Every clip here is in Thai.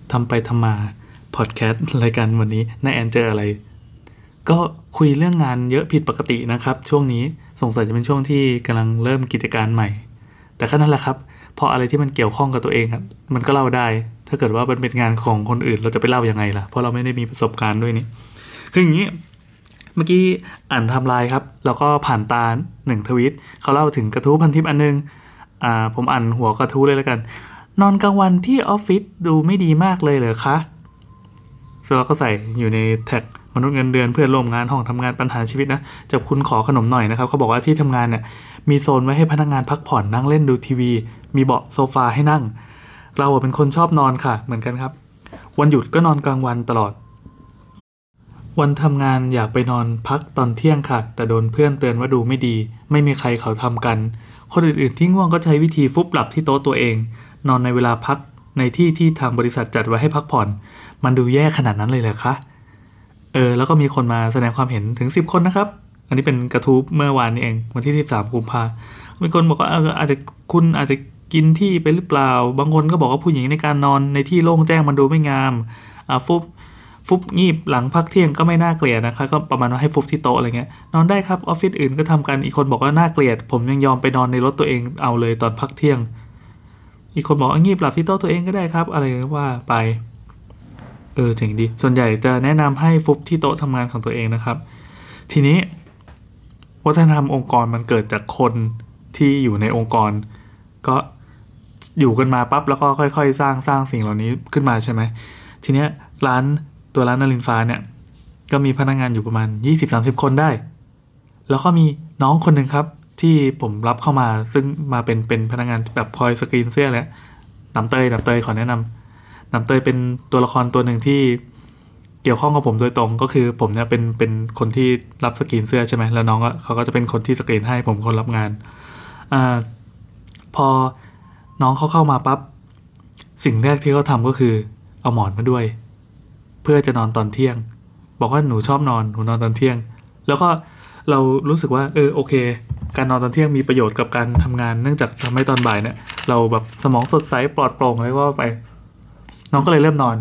ทำไปทำมาพอดแคสต์รายการวันนี้นายแอนเจออะไรก็คุยเรื่องงานเยอะผิดปกตินะครับช่วงนี้สงสัยจะเป็นช่วงที่กำลังเริ่มกิจการใหม่แต่ก็นั่นแหละครับพออะไรที่มันเกี่ยวข้องกับตัวเองครับมันก็เล่าได้ถ้าเกิดว่ามันเป็นงานของคนอื่นเราจะไปเล่ายังไงล่ะเพราะเราไม่ได้มีประสบการณ์ด้วยนี่คืออย่างนี้เมื่อกี้อ่านไทม์ไลน์ครับแล้วก็ผ่านตาหนึ่งทวีตเขาเล่าถึงกระทู้พันทิปอันนึงผมอ่านหัวกระทู้เลยแล้วกันนอนกลางวันที่ออฟฟิศดูไม่ดีมากเลยเหรอคะส่วนเราก็ใส่อยู่ในแท็กมนุษย์เงินเดือนเพื่อนร่วมงานห้องทำงานปัญหาชีวิตนะจะคุณขอขนมหน่อยนะครับเขาบอกว่าที่ทำงานเนี่ยมีโซนไว้ให้พนักงานพักผ่อนนั่งเล่นดูทีวีมีเบาะโซฟาให้นั่งเราเป็นคนชอบนอนค่ะเหมือนกันครับวันหยุดก็นอนกลางวันตลอดวันทำงานอยากไปนอนพักตอนเที่ยงค่ะแต่โดนเพื่อนเตือนว่าดูไม่ดีไม่มีใครเขาทำกันคนอื่นๆที่ง่วงก็ใช้วิธีฟุบหลับที่โต๊ะตัวเองนอนในเวลาพักในที่ที่ทางบริษัทจัดไว้ให้พักผ่อนมันดูแย่ขนาดนั้นเลยเหรอคะแล้วก็มีคนมาแสดงความเห็นถึง10คนนะครับอันนี้เป็นกระทู้เมื่อวานนี้เองวันที่13กุมภาพันธ์มีคนบอกว่าอาจจะคุณอาจจะกินที่ไปหรือเปล่าบางคนก็บอกว่าผู้หญิงในการนอนในที่โล่งแจ้งมันดูไม่งามฟุบงีบหลังพักเที่ยงก็ไม่น่าเกลียดนะคะก็ประมาณว่าให้ฟุบที่โต๊ะอะไรเงี้ยนอนได้ครับออฟฟิศอื่นก็ทำกันอีกคนบอกว่าน่าเกลียดผมยังยอมไปนอนในรถตัวเองเอาเลยตอนพักเที่ยงอีกคนบอกว่างีบหลับที่โต๊ะตัวเองก็ได้ครับอะไรว่าไปเจ๋งดีส่วนใหญ่จะแนะนำให้ฟุบที่โต๊ะทำงานของตัวเองนะครับทีนี้วัฒนธรรมองค์กรมันเกิดจากคนที่อยู่ในองค์กรก็อยู่กันมาปั๊บแล้วก็ค่อยๆสร้างสิ่งเหล่านี้ขึ้นมาใช่ไหมทีเนี้ยร้านนลินฟ้าเนี่ยก็มีพนักงานอยู่ประมาณ 20-30 คนได้แล้วก็มีน้องคนหนึ่งครับที่ผมรับเข้ามาซึ่งมาเป็นพนักงานแบบคอยสกรีนเสื้อแล้วน้ำเตยขอแนะนำน้ำเตยเป็นตัวละครตัวหนึ่งที่เกี่ยวข้องกับผมโดยตรงก็คือผมเนี่ยเป็นคนที่รับสกรีนเสื้อใช่ไหมแล้วน้องเขาก็จะเป็นคนที่สกรีนให้ผมคนรับงานพอน้องเขาเข้ามาปั๊บสิ่งแรกที่เขาทำก็คือเอาหมอนมาด้วยเพื่อจะนอนตอนเที่ยงบอกว่าหนูชอบนอนตอนเที่ยงแล้วก็เรารู้สึกว่าโอเคการนอนตอนเที่ยงมีประโยชน์กับการทำงานเนื่องจากทำให้ตอนบ่ายเนี่ยเราแบบสมองสดใสปลอดโปร่งอะไรก็ไปน้องก็เลยเริ่มนอน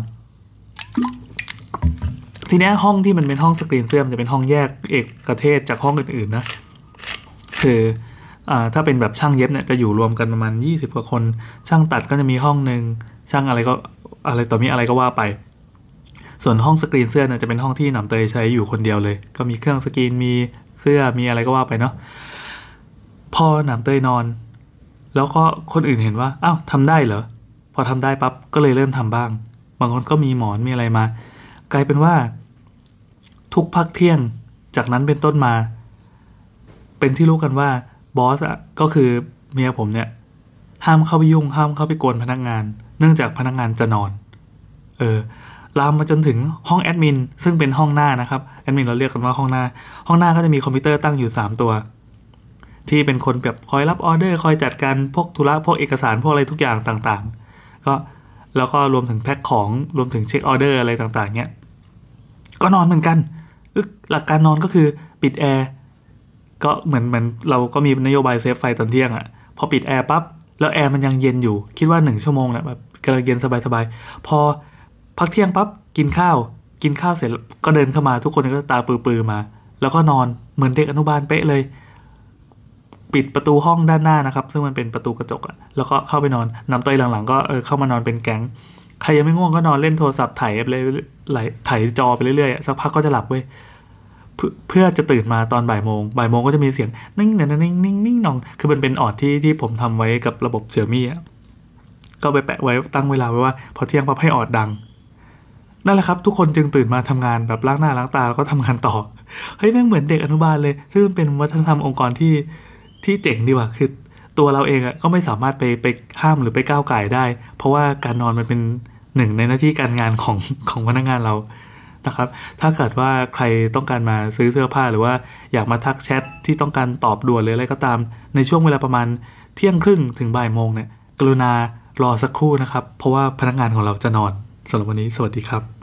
ทีนี้ห้องที่มันเป็นห้องสกรีนเสื้อมันจะเป็นห้องแยกเอกเทศจากห้องอื่นๆนะคือถ้าเป็นแบบช่างเย็บเนี่ยจะอยู่รวมกันประมาณ20กว่าคนช่างตัดก็จะมีห้องนึงช่างอะไรก็อะไรต่อมีอะไรก็ว่าไปส่วนห้องสกรีนเสื้อเนี่ยจะเป็นห้องที่หนำเตยใช้อยู่คนเดียวเลยก็มีเครื่องสกรีนมีเสื้อมีอะไรก็ว่าไปเนาะพอหนำเตยนอนแล้วก็คนอื่นเห็นว่าอ้าวทำได้เหรอพอทำได้ปั๊บก็เลยเริ่มทำบ้างบางคนก็มีหมอนมีอะไรมากลายเป็นว่าทุกพักเที่ยงจากนั้นเป็นต้นมาเป็นที่รู้กันว่าบอสก็คือเมียผมเนี่ยห้ามเข้าไปยุ่งห้ามเข้าไปกวนพนักงานเนื่องจากพนักงานจะนอนลามมาจนถึงห้องแอดมินซึ่งเป็นห้องหน้านะครับแอดมินเราเรียกกันว่าห้องหน้าก็จะมีคอมพิวเตอร์ตั้งอยู่3ตัวที่เป็นคนแบบคอยรับออเดอร์คอยจัดการพวกธุระพวกเอกสารพวกอะไรทุกอย่างต่างๆก็แล้วก็รวมถึงแพ็คของรวมถึงเช็คออเดอร์อะไรต่างๆเนี้ยก็นอนเหมือนกันหลักการนอนก็คือปิดแอร์ก็เหมือนเราก็มีนโยบายเซฟไฟตอนเที่ยงพอปิดแอร์ปั๊บแล้วแอร์มันยังเย็นอยู่คิดว่า1ชั่วโมงนะแบบกำลังเย็นสบายๆพอพักเที่ยงปั๊บกินข้าวเสร็จก็เดินเข้ามาทุกคนก็ตาปือๆมาแล้วก็นอนเหมือนเด็กอนุบาลเป๊ะเลยปิดประตูห้องด้านหน้านะครับซึ่งมันเป็นประตูกระจกแล้วก็เข้าไปนอนน้ำเตยหลังๆก็เข้ามานอนเป็นแก๊งใครยังไม่ง่วงก็นอนเล่นโทรศัพท์ถ่ายจอไปเรื่อยๆสักพักก็จะหลับเว้ยเพื่อจะตื่นมาตอนบ่ายโมงก็จะมีเสียงนิ่งนองคือมันเป็นออดที่ผมทำไว้กับระบบ Xiaomi ก็ไปแปะไว้ตั้งเวลาไว้ว่าพอเที่ยงปั๊บให้ออดดังนั่นแหละครับทุกคนจึงตื่นมาทำงานแบบล้างหน้าล้างตาแล้วก็ทำงานต่อเฮ้ยแม่งเหมือนเด็กอนุบาลเลยซึ่งเป็นวัฒนธรรมองค์กรที่เจ๋งดีว่ะคือตัวเราเองก็ไม่สามารถไปห้ามหรือไปก้าวไก่ได้เพราะว่าการนอนมันเป็นหนึ่งในหน้าที่การงานของพนักงานเรานะครับถ้าเกิดว่าใครต้องการมาซื้อเสื้อผ้าหรือว่าอยากมาทักแชทที่ต้องการตอบด่วนหรืออะไรก็ตามในช่วงเวลาประมาณเที่ยงครึ่งถึงบ่ายโมงเนี่ยกรุณารอสักครู่นะครับเพราะว่าพนักงานของเราจะนอนสำหรับวันนี้สวัสดีครับ